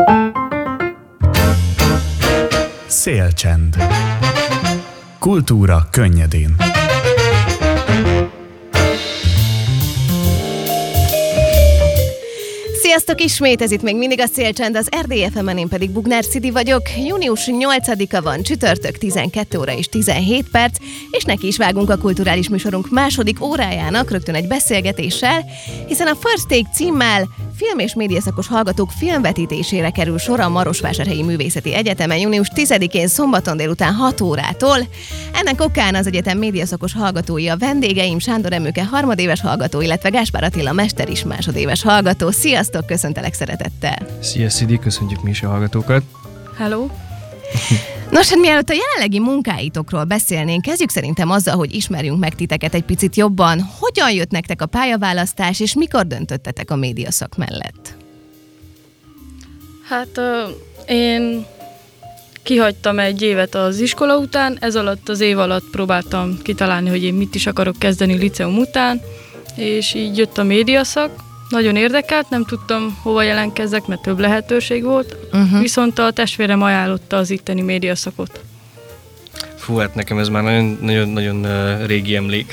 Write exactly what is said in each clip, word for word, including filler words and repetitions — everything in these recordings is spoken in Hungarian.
Szélcsend. Kultúra könnyedén. Sziasztok ismét, ez itt még mindig a Szélcsend, az er dé ef em-en, én pedig Bugnár Szidi vagyok. Június nyolcadika van, csütörtök, tizenkét óra és tizenhét perc, és neki is vágunk a kulturális műsorunk második órájának, rögtön egy beszélgetéssel, hiszen a First Take címmel film- és médiaszakos hallgatók filmvetítésére kerül sor a Marosvásárhelyi Művészeti Egyetemen június tizedikén szombaton délután hat órától. Ennek okán az egyetem médiaszakos hallgatói a vendégeim, Sándor Emőke harmadéves hallgató, illetve Gáspár Attila mester is másodéves hallgató. Sziasztok, köszöntelek szeretettel! Szia Szidi, köszöntjük mi is a hallgatókat! Hello! Nos, hát mielőtt a jelenlegi munkáitokról beszélnénk, kezdjük szerintem azzal, hogy ismerjünk meg titeket egy picit jobban. Hogyan jött nektek a pályaválasztás, és mikor döntöttetek a médiaszak mellett? Hát uh, én kihagytam egy évet az iskola után, ez alatt az év alatt próbáltam kitalálni, hogy én mit is akarok kezdeni liceum után, és így jött a médiaszak. Nagyon érdekelt, nem tudtam, hova jelentkezzek, mert több lehetőség volt, uh-huh. viszont a testvérem ajánlotta az itteni médiaszakot. Fú, hát nekem ez már nagyon-nagyon uh, régi emlék.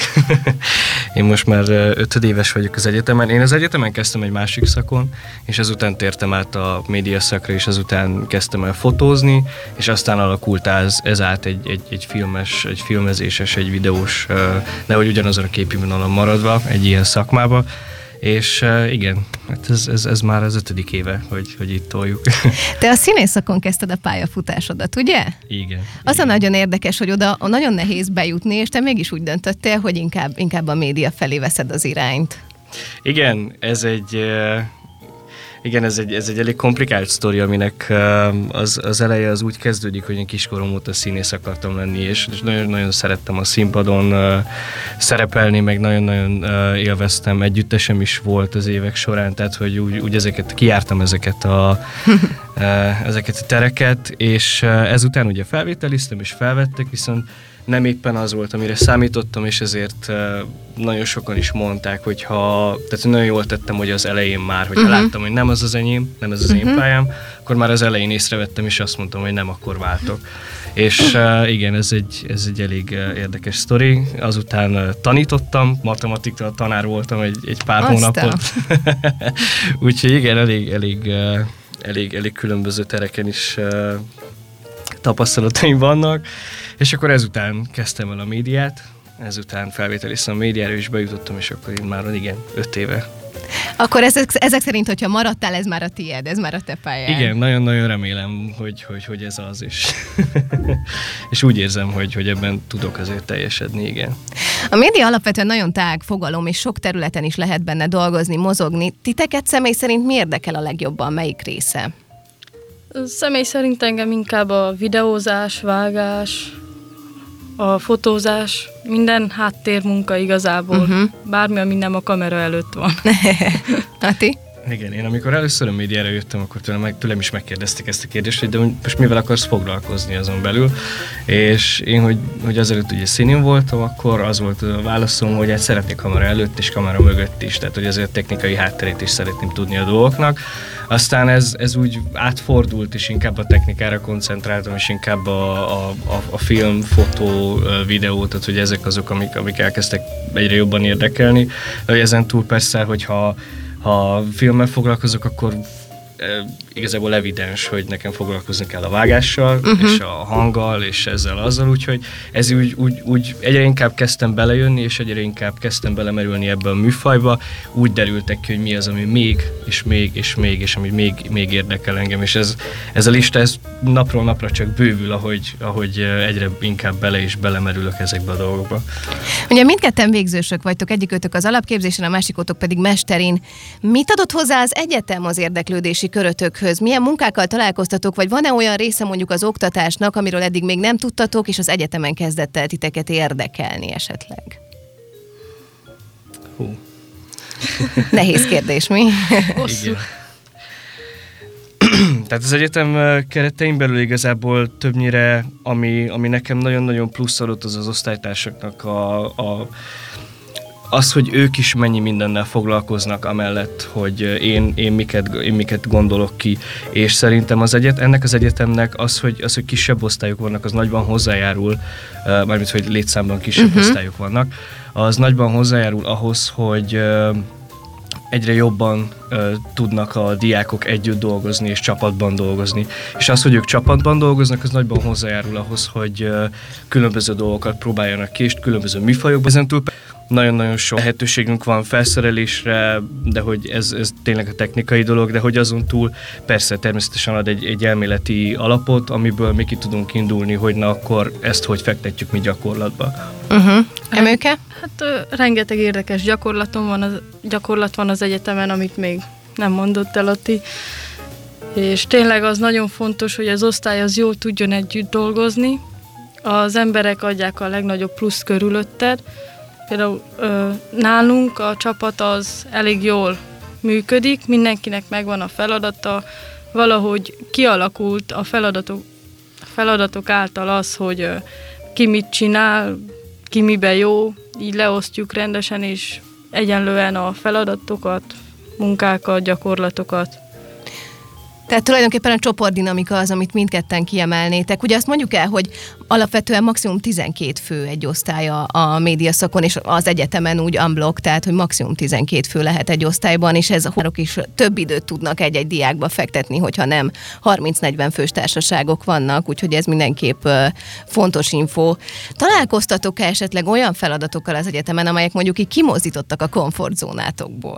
Én most már uh, ötödéves vagyok az egyetemen. Én az egyetemen kezdtem egy másik szakon, és azután tértem át a médiaszakra, és azután kezdtem el fotózni, és aztán alakult ez, ez át egy, egy, egy filmes, egy filmezéses, egy videós, uh, nehogy ugyanazon a képivonalon maradva, egy ilyen szakmába. És uh, igen, hát ez, ez, ez már az ötödik éve, hogy, hogy itt toljuk. Te a színészakon kezdted a pályafutásodat, ugye? Igen. Az igen. a nagyon érdekes, hogy oda nagyon nehéz bejutni, és te mégis úgy döntöttél, hogy inkább, inkább a média felé veszed az irányt. Igen, ez egy... Uh, Igen, ez egy, ez egy elég komplikált sztori, aminek uh, az, az eleje az úgy kezdődik, hogy én kiskorom óta színész akartam lenni, és, és nagyon, nagyon szerettem a színpadon uh, szerepelni, meg nagyon-nagyon uh, élveztem, együttesem is volt az évek során, tehát hogy úgy, úgy ezeket, kijártam ezeket a, uh, ezeket a tereket, és uh, ezután ugye felvételiztem, és felvettek, viszont nem éppen az volt, amire számítottam, és ezért uh, nagyon sokan is mondták, hogy ha, tehát nagyon jól tettem, hogy az elején már, hogyha uh-huh. láttam, hogy nem az az enyém, nem ez az uh-huh. én pályám, akkor már az elején észrevettem, és azt mondtam, hogy nem, akkor váltok. És uh, igen, ez egy, ez egy elég uh, érdekes sztori. Azután uh, tanítottam, matematika tanár voltam egy, egy pár Aztán. hónapot. Úgyhogy igen, elég, elég, uh, elég, elég különböző tereken is uh, tapasztalataim vannak, és akkor ezután kezdtem el a médiát, ezután felvételiztem a médiára, és bejutottam, és akkor én már igen, öt éve. Akkor ezek, ezek szerint, hogyha maradtál, ez már a tiéd, ez már a te pályád. Igen, nagyon-nagyon remélem, hogy, hogy, hogy ez az is. És úgy érzem, hogy, hogy ebben tudok azért teljesedni, igen. A média alapvetően nagyon tág fogalom, és sok területen is lehet benne dolgozni, mozogni. Titeket személy szerint mi érdekel a legjobban, melyik része? Személy szerint engem inkább a videózás, vágás, a fotózás, minden háttérmunka igazából, uh-huh. bármi, ami nem a kamera előtt van. Ati? Igen, én amikor először a médiára jöttem, akkor tőlem, meg, tőlem is megkérdezték ezt a kérdést, hogy de most mivel akarsz foglalkozni azon belül, és én, hogy, hogy azelőtt ugye színén voltam, akkor az volt a válaszom, hogy hát szeretnék kamera előtt és kamera mögött is, tehát hogy azért technikai hátterét is szeretném tudni a dolgoknak. Aztán ez, ez úgy átfordult, és inkább a technikára koncentráltam, és inkább a, a, a, a film, fotó, videó, tehát hogy ezek azok, amik, amik elkezdtek egyre jobban érdekelni. De ezen túl persze, hogyha ha filmmel foglalkozok, akkor e, igazából evidens, hogy nekem foglalkozni kell a vágással, uh-huh. és a hanggal, és ezzel azzal, úgyhogy ez úgy, úgy, úgy egyre inkább kezdtem belejönni, és egyre inkább kezdtem belemerülni ebbe a műfajba, úgy derültek ki, hogy mi az, ami még, és még, és még, és ami még, még érdekel engem, és ez, ez a lista, ez napról napra csak bővül, ahogy, ahogy egyre inkább bele és belemerülök ezekbe a dolgokba. Ugye mindketten végzősök vagytok, egyikőtök az alapképzésen, a másikótok pedig mesterin. Mit adott hozzá az egyetem az érdeklődési körötökhöz? Milyen munkákkal találkoztatok, vagy van-e olyan része mondjuk az oktatásnak, amiről eddig még nem tudtatok, és az egyetemen kezdett el titeket érdekelni esetleg? Hú. Nehéz kérdés, mi? Igen. Tehát az egyetem keretein belül igazából többnyire, ami, ami nekem nagyon-nagyon plusz adott, az az osztálytársaknak a, a az, hogy ők is mennyi mindennel foglalkoznak amellett, hogy én, én, miket, én miket gondolok ki, és szerintem az egyet, ennek az egyetemnek az, hogy, az, hogy kisebb osztályok vannak, az nagyban hozzájárul, uh, mármint, hogy létszámban kisebb uh-huh. osztályok vannak, az nagyban hozzájárul ahhoz, hogy uh, egyre jobban uh, tudnak a diákok együtt dolgozni és csapatban dolgozni. És az, hogy ők csapatban dolgoznak, az nagyban hozzájárul ahhoz, hogy uh, különböző dolgokat próbáljanak ki, és különböző műfajokban. Ezentúl nagyon-nagyon sok lehetőségünk van felszerelésre, de hogy ez, ez tényleg a technikai dolog, de hogy azon túl persze természetesen ad egy, egy elméleti alapot, amiből mi ki tudunk indulni, hogy na akkor ezt hogy fektetjük mi gyakorlatba. Uh-huh. Emőke? Hát ö, rengeteg érdekes gyakorlaton van az, gyakorlat van az egyetemen, amit még nem mondott el Atti. És tényleg az nagyon fontos, hogy az osztály az jól tudjon együtt dolgozni. Az emberek adják a legnagyobb plusz körülötted. Például ö, nálunk a csapat az elég jól működik, mindenkinek megvan a feladata, valahogy kialakult a feladatok, a feladatok által az, hogy ö, ki mit csinál, ki miben jó, így leosztjuk rendesen és egyenlően a feladatokat, munkákat, gyakorlatokat. Tehát tulajdonképpen a csoportdinamika az, amit mindketten kiemelnétek. Ugye azt mondjuk el, hogy alapvetően maximum tizenkét fő egy osztálya a médiaszakon, és az egyetemen úgy unblock, tehát hogy maximum tizenkét fő lehet egy osztályban, és ez a horok is több időt tudnak egy-egy diákba fektetni, hogyha nem harminc-negyven fős társaságok vannak, úgyhogy ez mindenképp fontos info. Találkoztatok-e esetleg olyan feladatokkal az egyetemen, amelyek mondjuk így kimozdítottak a komfortzónátokból?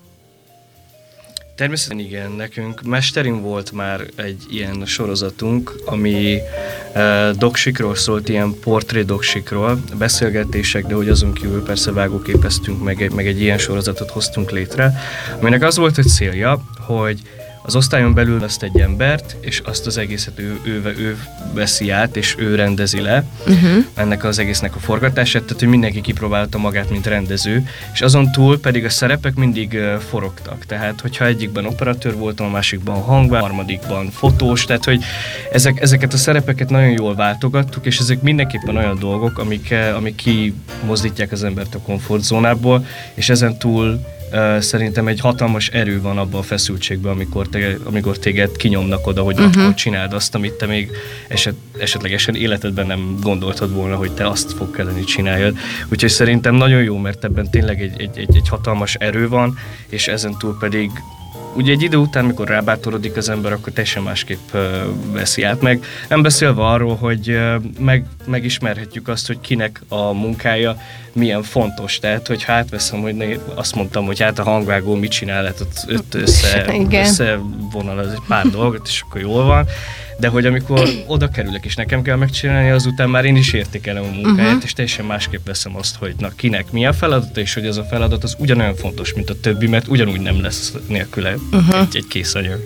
Természetesen igen, nekünk mesterin volt már egy ilyen sorozatunk, ami uh, doksikról szólt, ilyen portré doksikról, beszélgetések, de hogy azon kívül persze vágóképeztünk, meg, meg egy ilyen sorozatot hoztunk létre, aminek az volt egy célja, hogy az osztályon belül ezt egy embert, és azt az egészet ő, ő, ő veszi át, és ő rendezi le uh-huh. ennek az egésznek a forgatását, tehát hogy mindenki kipróbálta magát, mint rendező, és azon túl pedig a szerepek mindig uh, forogtak, tehát hogyha egyikben operatőr voltam, a másikban hangvár, a harmadikban fotós, tehát hogy ezek, ezeket a szerepeket nagyon jól váltogattuk, és ezek mindenképpen olyan dolgok, amik, amik kimozdítják az embert a komfortzónából, és ezen túl Uh, szerintem egy hatalmas erő van abban a feszültségben, amikor, te, amikor téged kinyomnak oda, hogy uh-huh. akkor csináld azt, amit te még eset, esetlegesen életedben nem gondoltad volna, hogy te azt fog kelleni csináljad. Úgyhogy szerintem nagyon jó, mert ebben tényleg egy, egy, egy, egy hatalmas erő van, és ezen túl pedig ugye egy idő után, mikor rábátorodik az ember, akkor teljesen másképp uh, veszi át meg. Nem beszélve arról, hogy uh, meg, megismerhetjük azt, hogy kinek a munkája milyen fontos. Tehát, hogy hát veszem, hogy ne, azt mondtam, hogy hát a hangvágó mit csinál, hát ott, ott össze, összevonal az egy pár dolgot, és akkor jól van. De hogy amikor oda kerülök, és nekem kell megcsinálni, azután már én is értékelem a munkáját, uh-huh. és teljesen másképp veszem azt, hogy na kinek mi a feladata, és hogy ez a feladat az ugyanolyan fontos, mint a többi, mert ugyanúgy nem lesz nélküle uh-huh. egy, egy kész anyag.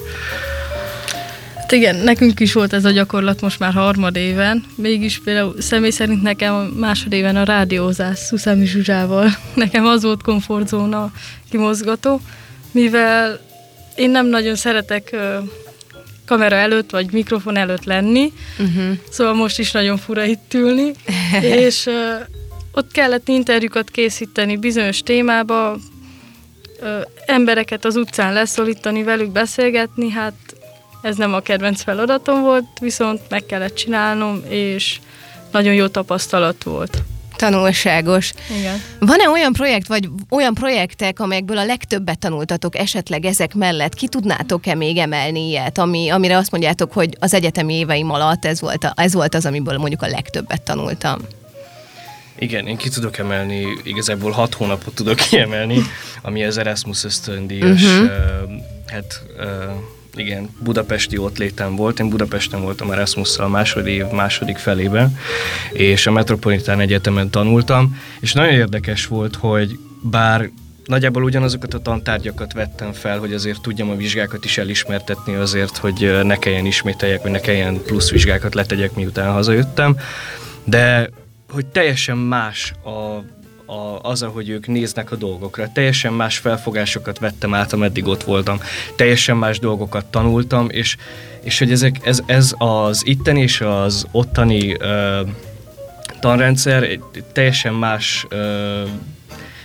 Hát igen, nekünk is volt ez a gyakorlat most már harmadéven, mégis például személy szerint nekem a másodéven a rádiózás Szuszámi Zsuzsával, nekem az volt komfortzóna kimozgató, mivel én nem nagyon szeretek kamera előtt, vagy mikrofon előtt lenni, uh-huh. szóval most is nagyon fura itt ülni, és uh, ott kellett interjúkat készíteni bizonyos témába, uh, embereket az utcán leszólítani, velük beszélgetni, hát ez nem a kedvenc feladatom volt, viszont meg kellett csinálnom, és nagyon jó tapasztalat volt. Tanulságos. Igen. Van-e olyan projekt, vagy olyan projektek, amelyekből a legtöbbet tanultatok esetleg ezek mellett? Ki tudnátok-e még emelni ilyet, ami, amire azt mondjátok, hogy az egyetemi éveim alatt ez volt, a, ez volt az, amiből mondjuk a legtöbbet tanultam? Igen, én ki tudok emelni, igazából hat hónapot tudok kiemelni, ami az Erasmus ösztöndíjas, uh-huh. uh, hát... Uh, igen, budapesti ott létem volt. Én Budapesten voltam Erasmusszal a második év második felében, és a Metropolitán Egyetemen tanultam, és nagyon érdekes volt, hogy bár nagyjából ugyanazokat a tantárgyakat vettem fel, hogy azért tudjam a vizsgákat is elismertetni azért, hogy ne kelljen ismételjek, vagy ne kelljen plusz vizsgákat letegyek, miután hazajöttem, de hogy teljesen más a A, az, ahogy ők néznek a dolgokra. Teljesen más felfogásokat vettem át, ameddig ott voltam. Teljesen más dolgokat tanultam, és, és hogy ezek, ez, ez az itteni és az ottani uh, tanrendszer egy teljesen más uh,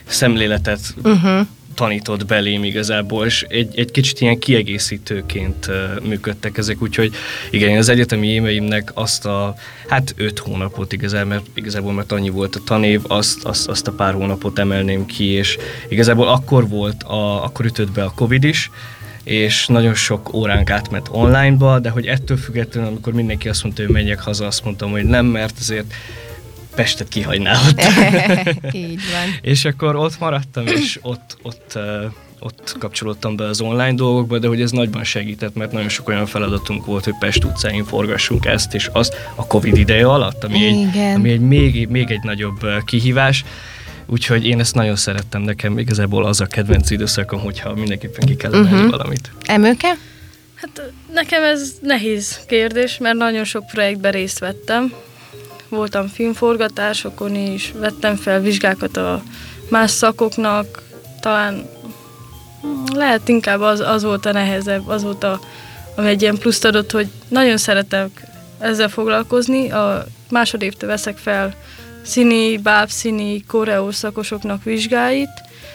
szemléletet uh-huh. tanított belém igazából, és egy, egy kicsit ilyen kiegészítőként uh, működtek ezek, úgyhogy igen, én az egyetemi éveimnek azt a, hát öt hónapot igazából, mert, igazából, mert annyi volt a tanév, azt, azt, azt a pár hónapot emelném ki, és igazából akkor volt, a, akkor ütött be a Covid is, és nagyon sok óránk átment online-ba, de hogy ettől függetlenül, amikor mindenki azt mondta, hogy menjek haza, azt mondtam, hogy nem, mert azért Pestet kihagyná ott. Így van. És akkor ott maradtam, és ott, ott, uh, ott kapcsolódtam be az online dolgokba, de hogy ez nagyban segített, mert nagyon sok olyan feladatunk volt, hogy Pest utcáin forgassunk ezt és azt a Covid ideje alatt, ami egy, ami egy még, még egy nagyobb uh, kihívás. Úgyhogy én ezt nagyon szerettem, nekem igazából az a kedvenc időszakom, hogyha mindenképpen ki kell emelni uh-huh. valamit. Emőke? Hát nekem ez nehéz kérdés, mert nagyon sok projektben részt vettem. Voltam filmforgatásokon is, vettem fel vizsgákat a más szakoknak, talán lehet inkább az, az volt a nehezebb, az volt a, ami egy ilyen pluszt adott, hogy nagyon szeretek ezzel foglalkozni, a másodévtől veszek fel színi, bábszíni, koreó szakosoknak vizsgáit,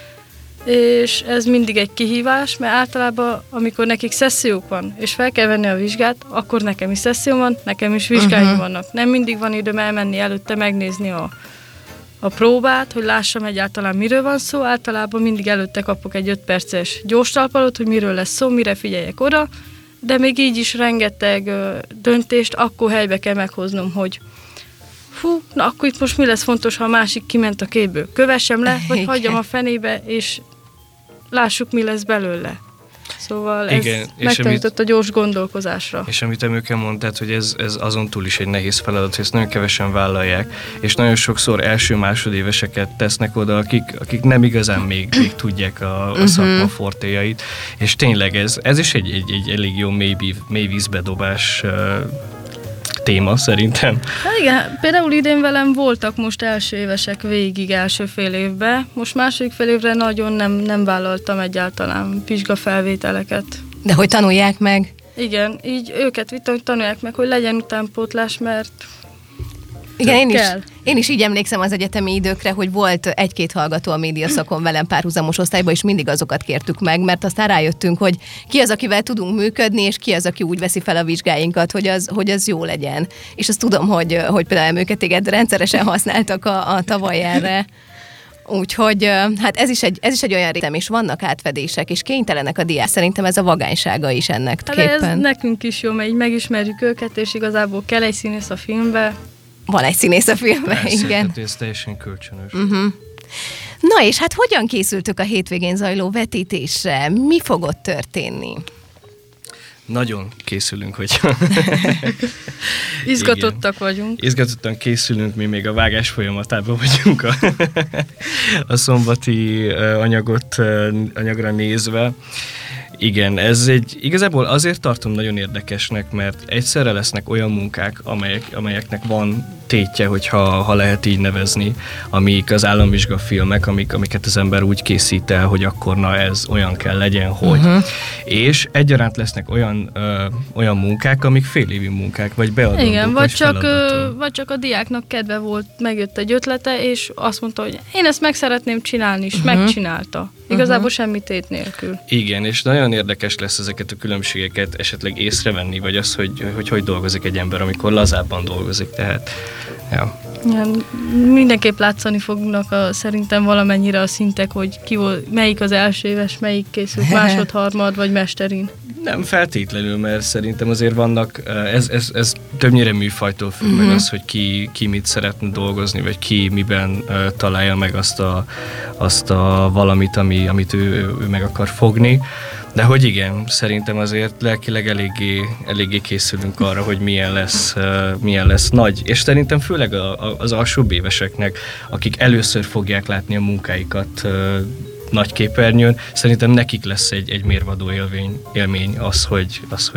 és ez mindig egy kihívás, mert általában, amikor nekik szessziók van, és fel kell venni a vizsgát, akkor nekem is szesszió van, nekem is vizsgáim uh-huh. vannak. Nem mindig van időm elmenni előtte megnézni a, a próbát, hogy lássam egyáltalán miről van szó, általában mindig előtte kapok egy öt perces gyors talpalót, hogy miről lesz szó, mire figyeljek oda, de még így is rengeteg ö, döntést akkor helybe kell meghoznom, hogy fú, na akkor itt most mi lesz fontos, ha a másik kiment a képből? Kövessem le, vagy hagyjam a fenébe, és lássuk, mi lesz belőle. Szóval igen, ez megtanított a gyors gondolkozásra. És amit Emőke mondtad, hogy ez, ez azon túl is egy nehéz feladat, hogy ezt nagyon kevesen vállalják, és nagyon sokszor első másodéveseket tesznek oda, akik, akik nem igazán még, még tudják a, a szakma fortéjait, és tényleg ez, ez is egy, egy, egy elég jó mély, mély vízbedobás téma szerintem. Hát igen, például idén velem voltak most első évesek végig első fél évben, most második fél évre nagyon nem, nem vállaltam egyáltalán vizsgafelvételeket. De hogy tanulják meg? Igen, így őket vittem, hogy tanulják meg, hogy legyen utánpótlás, mert igen, én is, én is így emlékszem az egyetemi időkre, hogy volt egy-két hallgató a médiaszakon velem párhuzamos osztályban, és mindig azokat kértük meg, mert aztán rájöttünk, hogy ki az, akivel tudunk működni, és ki az, aki úgy veszi fel a vizsgáinkat, hogy az, hogy az jó legyen. És azt tudom, hogy, hogy például őket téged rendszeresen használtak a, a tavaly erre. Úgyhogy hát ez is, egy, ez is egy olyan részem, és vannak átfedések, és kénytelenek a diák. Szerintem ez a vagánysága is ennek hát képpen. Ez nekünk is jó, mert így megismerjük őket, és igazából kell egy színész a filmbe. Van egy színész a filmben, persze, igen. Ez teljesen kölcsönös. Uh-huh. Na és hát hogyan készültök a hétvégén zajló vetítésre? Mi fog ott történni? Nagyon készülünk, hogy... Izgatottak igen. vagyunk. Izgatottan készülünk, mi még a vágás folyamatában vagyunk a, a szombati anyagot, anyagra nézve. Igen, ez egy, igazából azért tartom nagyon érdekesnek, mert egyszerre lesznek olyan munkák, amelyek, amelyeknek van tétje, hogyha ha lehet így nevezni, amik az államvizsgafilmek, amik, amiket az ember úgy készít el, hogy akkor na ez olyan kell legyen, hogy. Uh-huh. És egyaránt lesznek olyan, ö, olyan munkák, amik félévi munkák, vagy beadandók, igen, vagy csak, ö, vagy csak a diáknak kedve volt, megjött egy ötlete, és azt mondta, hogy én ezt meg szeretném csinálni, és uh-huh. megcsinálta. Igazából uh-huh. semmi tét nélkül. Igen, és nagyon érdekes lesz ezeket a különbségeket esetleg észrevenni, vagy az, hogy hogy, hogy dolgozik egy ember, amikor lazábban dolgozik, tehát ja. Ja, mindenképp látszani fognak a, szerintem valamennyire a szintek, hogy ki volt, melyik az első éves, melyik készült másodharmad, vagy mesterin. Nem feltétlenül, mert szerintem azért vannak, ez, ez, ez többnyire műfajtól függ, uh-huh. meg az, hogy ki, ki mit szeretne dolgozni, vagy ki miben uh, találja meg azt a, azt a valamit, ami, amit ő, ő meg akar fogni. De hogy igen, szerintem azért lelkileg eléggé, eléggé készülünk arra, hogy milyen lesz, uh, milyen lesz nagy. És szerintem főleg a, a, az alsóbb éveseknek, akik először fogják látni a munkáikat uh, nagy képernyőn, szerintem nekik lesz egy, egy mérvadó élmény, élmény az, hogy, az, hogy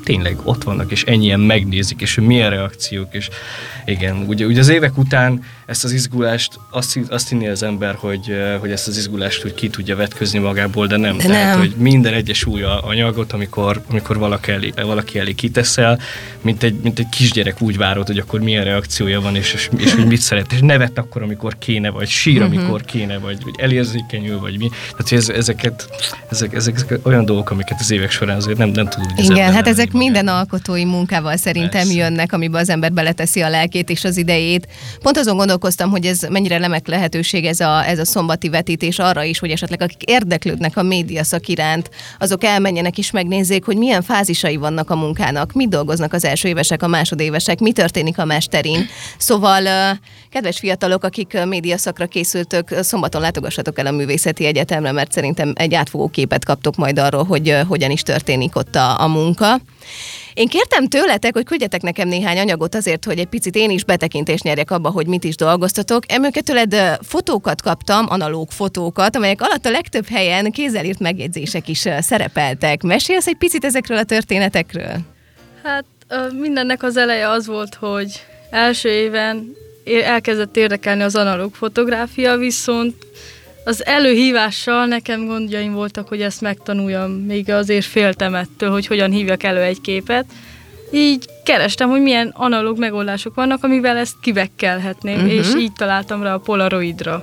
tényleg ott vannak, és ennyien megnézik, és hogy milyen reakciók, és igen, ugye, ugye az évek után ezt az izgulást, azt, azt hinné az ember, hogy, hogy ezt az izgulást hogy ki tudja vetközni magából, de nem. De Tehát, nem. hogy minden egyes új anyagot, amikor, amikor valaki, elé, valaki elé kiteszel, mint egy, mint egy kisgyerek úgy várod, hogy akkor milyen reakciója van, és, és, és hogy mit szeret, és nevet akkor, amikor kéne, vagy sír, amikor uh-huh. kéne, vagy, vagy elérzékenyül, vagy mi. Tehát, hogy ez, ezeket, ezek, ezek, ezek olyan dolgok, amiket az évek során azért nem, nem tudunk. Igen, hát ezek minden alkotói munkával szerintem Persze. jönnek, amiben az ember beleteszi a lelkét és az idejét. Pont azon gondolkoztam, hogy ez mennyire remek lehetőség ez a, ez a szombati vetítés arra is, hogy esetleg akik érdeklődnek a médiaszak iránt, azok elmenjenek és megnézzék, hogy milyen fázisai vannak a munkának, mit dolgoznak az első évesek, a másodévesek, mi történik a mesterin. Szóval, kedves fiatalok, akik médiaszakra készültök, szombaton látogassatok el a Művészeti Egyetemre, mert szerintem egy átfogó képet kaptok majd arról, hogy hogyan is történik ott a, a munka. Én kértem tőletek, hogy küldjetek nekem néhány anyagot azért, hogy egy picit én is betekintést nyerjek abba, hogy mit is dolgoztatok. Emléket tőled fotókat kaptam, analóg fotókat, amelyek alatt a legtöbb helyen kézzel írt megjegyzések is szerepeltek. Mesélsz egy picit ezekről a történetekről? Hát mindennek az eleje az volt, hogy első éven elkezdett érdekelni az analóg fotográfia, viszont az előhívással nekem gondjaim voltak, hogy ezt megtanuljam, még azért féltem ettől, hogy hogyan hívjak elő egy képet. Így kerestem, hogy milyen analóg megoldások vannak, amivel ezt kivekkelhetném, uh-huh. és így találtam rá a Polaroidra.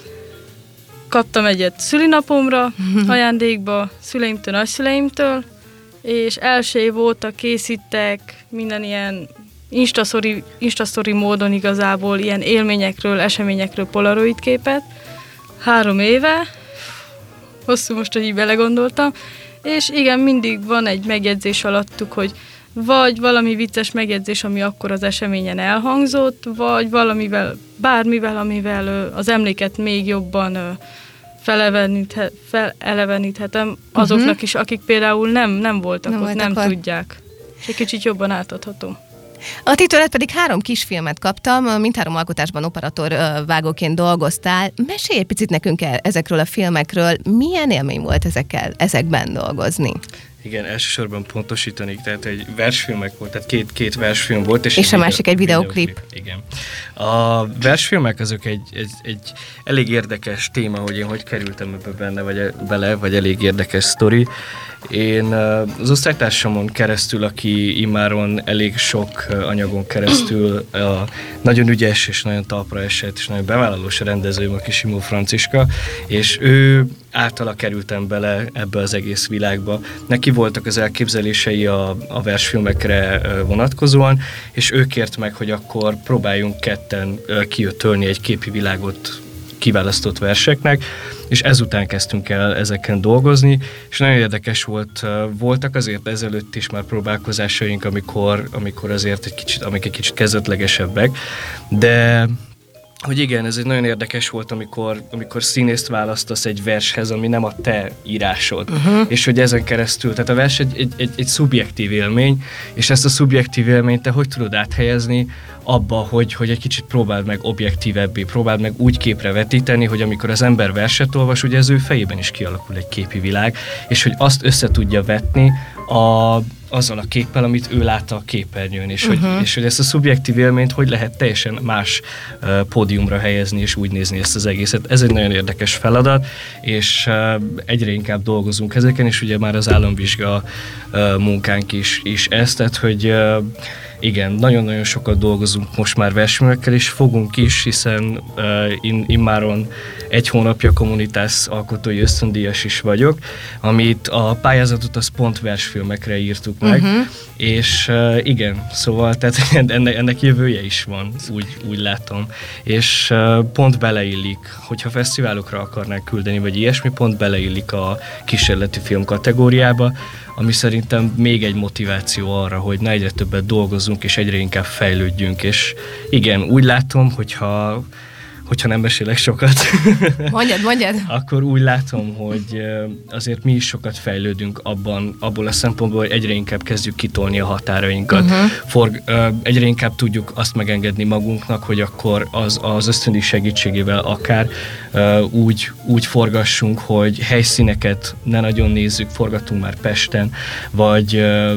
Kaptam egyet szülinapomra, uh-huh. ajándékba, szüleimtől, nagyszüleimtől, és első év óta készítek minden ilyen instastory, instastory módon igazából ilyen élményekről, eseményekről Polaroid képet. Három éve, hosszú most, hogy így belegondoltam, és igen, mindig van egy megjegyzés alattuk, hogy vagy valami vicces megjegyzés, ami akkor az eseményen elhangzott, vagy valamivel, bármivel, amivel az emléket még jobban feleleveníthet, feleleveníthetem azoknak uh-huh. is, akik például nem, nem voltak nem ott, nem akkor. tudják. És egy kicsit jobban átadhatom. A titőled pedig három kisfilmet kaptam, mindhárom alkotásban operatőr vágóként dolgoztál. Mesélj egy picit nekünk el ezekről a filmekről, milyen élmény volt ezekkel, ezekben dolgozni? Igen, elsősorban pontosítanék, tehát egy versfilmek volt, tehát két, két versfilm volt. És, és a másik egy videóklip. Igen. A versfilmek azok egy, egy, egy elég érdekes téma, hogy én hogy kerültem ebbe benne, vagy bele, vagy elég érdekes sztori. Én az osztálytársamon keresztül, aki immáron elég sok anyagon keresztül a nagyon ügyes és nagyon talpra esett, és nagyon bevállalós rendezőm, a kis Simó Franciska, és ő általa kerültem bele ebbe az egész világba. Neki voltak az elképzelései a, a versfilmekre vonatkozóan, és ő kért meg, hogy akkor próbáljunk ketten kiötölni egy képi világot kiválasztott verseknek, és ezután kezdtünk el ezeken dolgozni, és nagyon érdekes volt, voltak azért ezelőtt is már próbálkozásaink, amikor, amikor azért egy kicsit, amik egy kicsit kezdetlegesebbek, de hogy igen, ez egy nagyon érdekes volt, amikor, amikor színészt választasz egy vershez, ami nem a te írásod, uh-huh. és hogy ezen keresztül, tehát a vers egy, egy, egy, egy szubjektív élmény, és ezt a szubjektív élményt te hogy tudod áthelyezni abba, hogy, hogy egy kicsit próbáld meg objektívebbé, próbáld meg úgy képre vetíteni, hogy amikor az ember verset olvas, ugye az ő fejében is kialakul egy képi világ, és hogy azt össze tudja vetni a, azzal a képpel, amit ő látta a képernyőn, és, uh-huh. hogy, és hogy ezt a szubjektív élményt hogy lehet teljesen más uh, pódiumra helyezni, és úgy nézni ezt az egészet. Ez egy nagyon érdekes feladat, és uh, egyre inkább dolgozunk ezeken, és ugye már az államvizsga uh, munkánk is, is ez, tehát hogy uh, igen, nagyon-nagyon sokat dolgozunk most már versfilmekkel, és fogunk is, hiszen uh, in, immáron egy hónapja Kommunitás alkotói ösztöndíjas is vagyok, amit a pályázatot az pont versfilmekre írtuk meg, uh-huh. és uh, igen, szóval tehát ennek, ennek jövője is van, úgy, úgy látom, és uh, pont beleillik, hogyha fesztiválokra akarnák küldeni, vagy ilyesmi, pont beleillik a kísérleti film kategóriába, ami szerintem még egy motiváció arra, hogy ne egyre többet dolgozzunk, és egyre inkább fejlődjünk, és igen, úgy látom, hogyha, hogyha nem mesélek sokat, mondjad, mondjad. akkor úgy látom, hogy azért mi is sokat fejlődünk abban, abból a szempontból, hogy egyre inkább kezdjük kitolni a határainkat. Uh-huh. For, egyre inkább tudjuk azt megengedni magunknak, hogy akkor az, az ösztöndíj segítségével akár úgy, úgy forgassunk, hogy helyszíneket ne nagyon nézzük, forgatunk már Pesten, vagy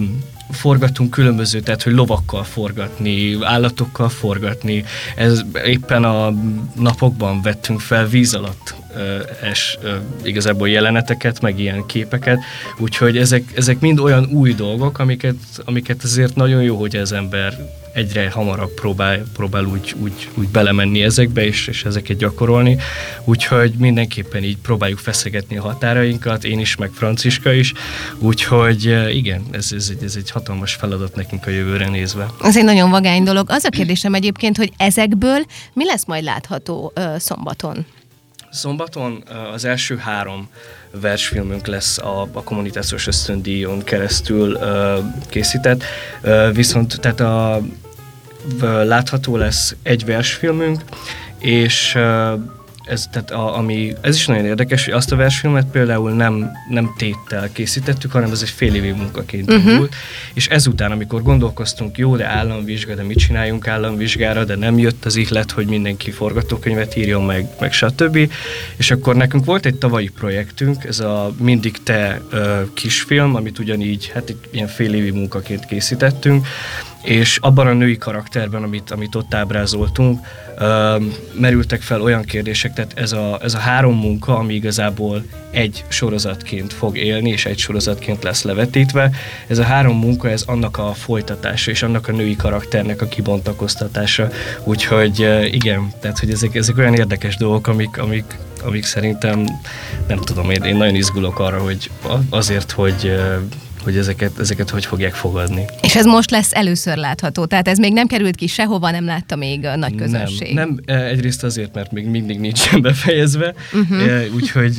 forgatunk különböző, tehát hogy lovakkal forgatni, állatokkal forgatni. Ez éppen a napokban vettünk fel víz alatt es igazából jeleneteket, meg ilyen képeket, úgyhogy ezek, ezek mind olyan új dolgok, amiket, amiket azért nagyon jó, hogy az ember egyre hamarabb próbál, próbál úgy, úgy, úgy belemenni ezekbe, és, és ezeket gyakorolni. Úgyhogy mindenképpen így próbáljuk feszegetni a határainkat, én is, meg Franciska is. Úgyhogy igen, ez, ez, egy, ez egy hatalmas feladat nekünk a jövőre nézve. Ez egy nagyon vagány dolog. Az a kérdésem egyébként, hogy ezekből mi lesz majd látható uh, szombaton? Szombaton az első három versfilmünk lesz a, a kommunikációs ösztöndíjon keresztül uh, készített, uh, viszont tehát a, uh, látható lesz egy versfilmünk, és uh, ez, tehát a, ami, ez is nagyon érdekes, hogy azt a versfilmet például nem, nem téttel készítettük, hanem ez egy fél évi munkaként uh-huh. indult, és ezután, amikor gondolkoztunk, jó, de államvizsga, de mit csináljunk államvizsgára, de nem jött az ihlet, hogy mindenki forgatókönyvet írjon meg, meg stb. És akkor nekünk volt egy tavalyi projektünk, ez a Mindig te ö, kisfilm, amit ugyanígy, hát egy ilyen fél évi munkaként készítettünk, és abban a női karakterben, amit, amit ott ábrázoltunk, uh, merültek fel olyan kérdések, tehát ez a, ez a három munka, ami igazából egy sorozatként fog élni, és egy sorozatként lesz levetítve, ez a három munka, ez annak a folytatása, és annak a női karakternek a kibontakoztatása. Úgyhogy uh, igen, tehát hogy ezek, ezek olyan érdekes dolgok, amik, amik, amik szerintem, nem tudom, én, én nagyon izgulok arra, hogy azért, hogy uh, hogy ezeket, ezeket hogy fogják fogadni. És ez most lesz először látható, tehát ez még nem került ki sehova, nem látta még a nagy közönség. Nem, nem egyrészt azért, mert még mindig nincsen befejezve, uh-huh. úgyhogy,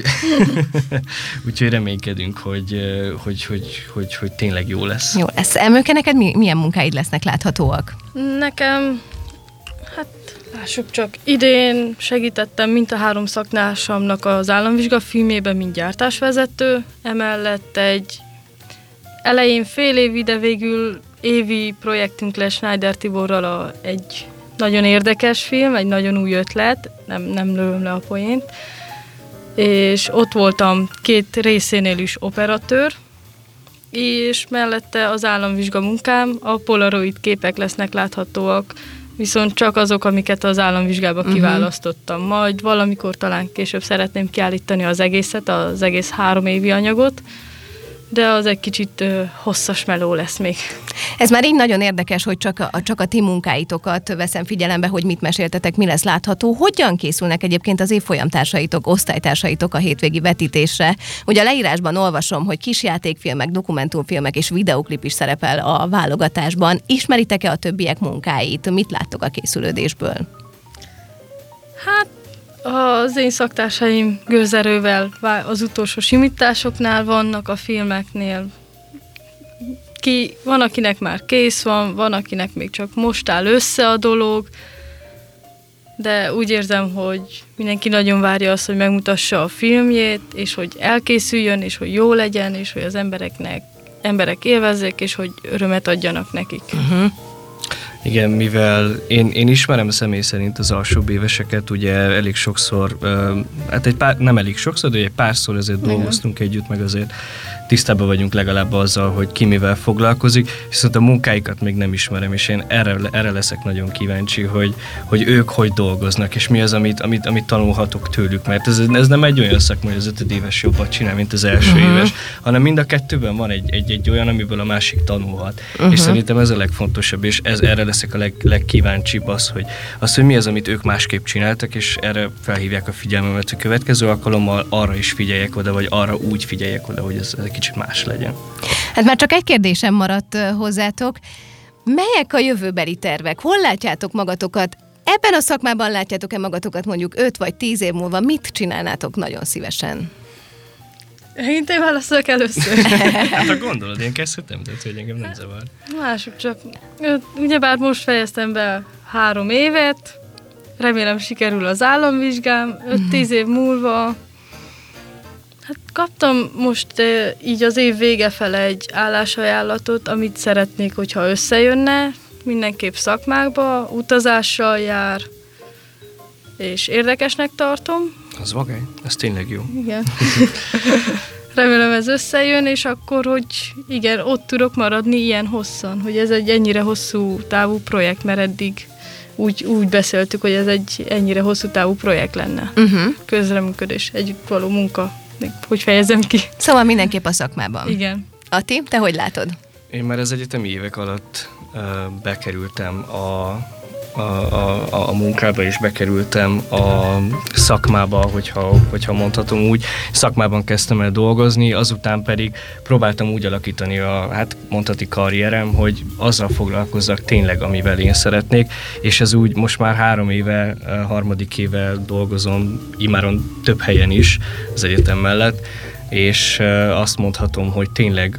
úgyhogy reménykedünk, hogy, hogy, hogy, hogy, hogy tényleg jó lesz. Jó lesz. Emőke, neked milyen munkáid lesznek láthatóak? Nekem, hát lássuk csak, idén segítettem mint a három szaktásamnak az államvizsga filmjében, mint gyártásvezető, emellett egy elején fél év, de végül évi projektünk lesz Schneider Tiborral a, egy nagyon érdekes film, egy nagyon új ötlet, nem, nem lövöm le a poént, és ott voltam két részénél is operatőr, és mellette az államvizsga munkám, a polaroid képek lesznek láthatóak, viszont csak azok, amiket az államvizsgába uh-huh. kiválasztottam. Majd valamikor talán később szeretném kiállítani az egészet, az egész három évi anyagot, de az egy kicsit ö, hosszas meló lesz még. Ez már így nagyon érdekes, hogy csak a, csak a ti munkáitokat veszem figyelembe, hogy mit meséltetek, mi lesz látható. Hogyan készülnek egyébként az évfolyamtársaitok, osztálytársaitok a hétvégi vetítésre? Ugye a leírásban olvasom, hogy kisjátékfilmek, dokumentumfilmek és videóklip is szerepel a válogatásban. Ismeritek-e a többiek munkáit? Mit láttok a készülődésből? Hát az én szaktársaim gőzerővel az utolsó simításoknál vannak, a filmeknél. Ki, van, akinek már kész van, van, akinek még csak most áll össze a dolog, de úgy érzem, hogy mindenki nagyon várja azt, hogy megmutassa a filmjét, és hogy elkészüljön, és hogy jó legyen, és hogy az embereknek, emberek élvezzék, és hogy örömet adjanak nekik. Uh-huh. Igen, mivel én, én ismerem személy szerint az alsóbb éveseket, ugye elég sokszor, hát egy pár, nem elég sokszor, de egy párszor ezért igen. dolgoztunk együtt, meg azért tisztában vagyunk legalább azzal, hogy ki mivel foglalkozik, viszont a munkáikat még nem ismerem, és én erre, erre leszek nagyon kíváncsi, hogy, hogy ők hogy dolgoznak, és mi az, amit, amit, amit tanulhatok tőlük, mert ez, ez nem egy olyan szakma, hogy az ötödéves jobbat csinál, mint az első uh-huh. éves, hanem mind a kettőben van egy, egy, egy olyan, amiből a másik tanulhat. Uh-huh. És szerintem ez a legfontosabb, és ez, erre leszek a leg, legkíváncsibb az, hogy, az, hogy mi az, amit ők másképp csináltak, és erre felhívják a figyelmemet, hogy következő alkalommal arra is figyeljek oda, vagy arra úgy figyeljek oda, hogy ez, ez egy kicsit más legyen. Hát már csak egy kérdésem maradt hozzátok. Melyek a jövőbeli tervek? Hol látjátok magatokat? Ebben a szakmában látjátok-e magatokat mondjuk öt vagy tíz év múlva? Mit csinálnátok nagyon szívesen? Én te válaszolok először. Hát ha gondolod, én kezdhetem, de hogy engem nem zavar. Mások csak. Ugyebár most fejeztem be három évet, remélem sikerül az államvizsgám, öt-tíz év múlva. Hát kaptam most így az év vége fele egy állásajánlatot, amit szeretnék, hogyha összejönne, mindenképp szakmákba, utazással jár, és érdekesnek tartom. Az vagány, ez tényleg jó. Igen. remélem ez összejön, és akkor, hogy igen, ott tudok maradni ilyen hosszan, hogy ez egy ennyire hosszú távú projekt, mert eddig úgy, úgy beszéltük, hogy ez egy ennyire hosszú távú projekt lenne. Uh-huh. Közreműködés, együtt való munka, hogy fejezem ki. Szóval mindenképp a szakmában. Igen. Ati, te hogy látod? Én már az egyetemi évek alatt uh, bekerültem a A, a, a munkába, és bekerültem a szakmába, hogyha, hogyha mondhatom úgy. Szakmában kezdtem el dolgozni, azután pedig próbáltam úgy alakítani a, hát mondhatni karrierem, hogy azzal foglalkozzak tényleg, amivel én szeretnék, és ez úgy most már három éve, harmadik éve dolgozom, imáron több helyen is az egyetem mellett, és azt mondhatom, hogy tényleg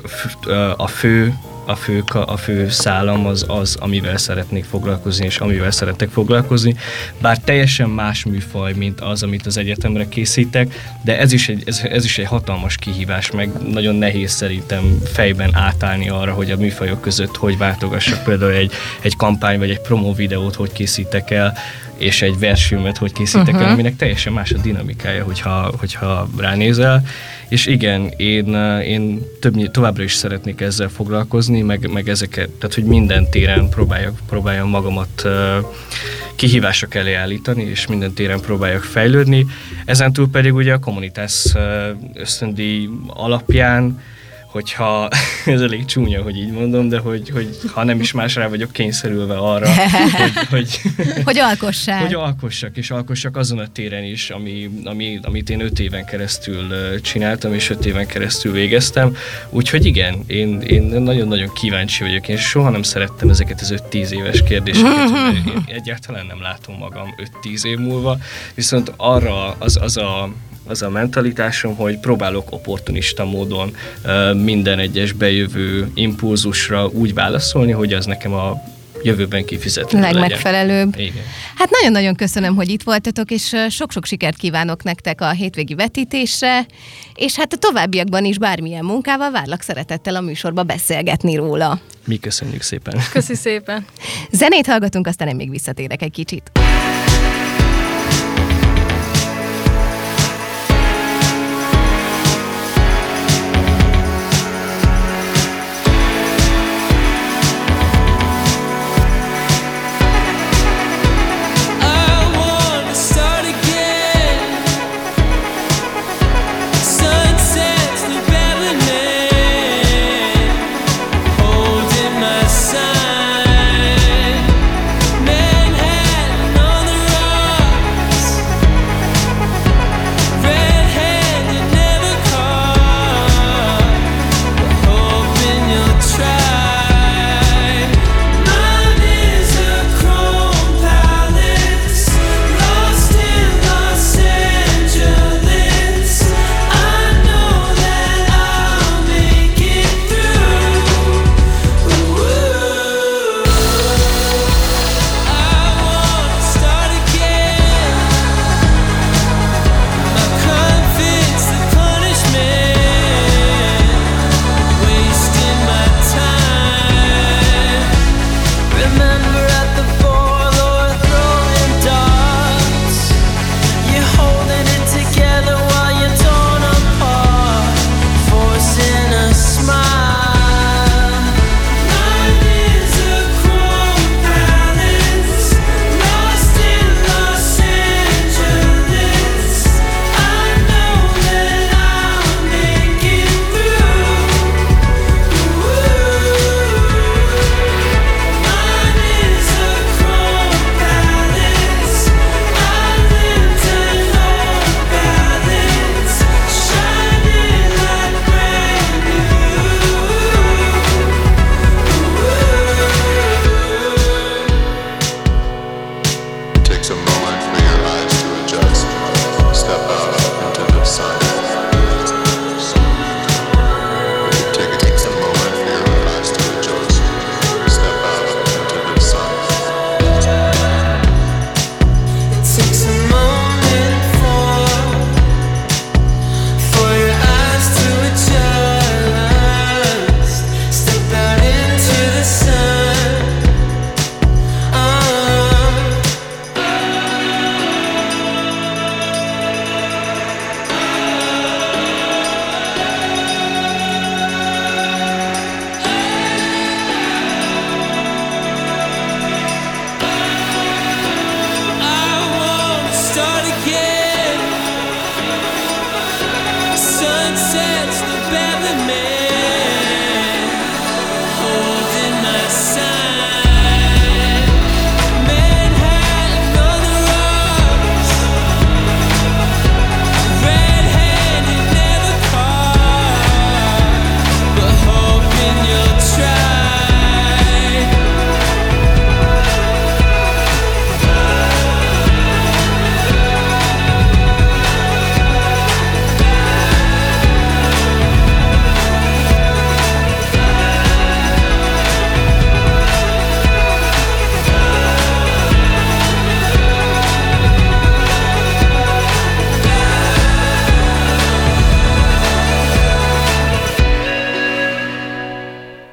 a fő A fő, a fő szálam az az, amivel szeretnék foglalkozni, és amivel szeretek foglalkozni. Bár teljesen más műfaj, mint az, amit az egyetemre készítek, de ez is egy, ez, ez is egy hatalmas kihívás, meg nagyon nehéz szerintem fejben átállni arra, hogy a műfajok között hogy váltogassak például egy, egy kampány, vagy egy promó videót hogy készítek el, és egy versfilmet hogy készítek uh-huh. el, aminek teljesen más a dinamikája, hogyha, hogyha ránézel. És igen, én, én több, továbbra is szeretnék ezzel foglalkozni, meg, meg ezeket, tehát hogy minden téren próbáljak, próbáljam magamat uh, kihívások elé állítani, és minden téren próbáljak fejlődni. Ezentúl pedig ugye a Communitas uh, ösztöndíj alapján, hogyha, ez elég csúnya, hogy így mondom, de hogy, hogy ha nem is más rá vagyok kényszerülve arra, hogy, hogy, hogy alkossál. Hogy alkossak, és alkossak azon a téren is, ami, ami, amit én öt éven keresztül csináltam, és öt éven keresztül végeztem. Úgyhogy igen, én, én nagyon-nagyon kíváncsi vagyok. Én soha nem szerettem ezeket az öt-tíz éves kérdéseket, hogy én egyáltalán nem látom magam öt-tíz év múlva, viszont arra az, az a az a mentalitásom, hogy próbálok opportunista módon uh, minden egyes bejövő impulzusra úgy válaszolni, hogy az nekem a jövőben kifizető legyen. Legmegfelelőbb. Igen. Hát nagyon-nagyon köszönöm, hogy itt voltatok, és sok-sok sikert kívánok nektek a hétvégi vetítésre, és hát a továbbiakban is bármilyen munkával várlak szeretettel a műsorba beszélgetni róla. Mi köszönjük szépen. Köszi szépen. Zenét hallgatunk, aztán én még visszatérek egy kicsit.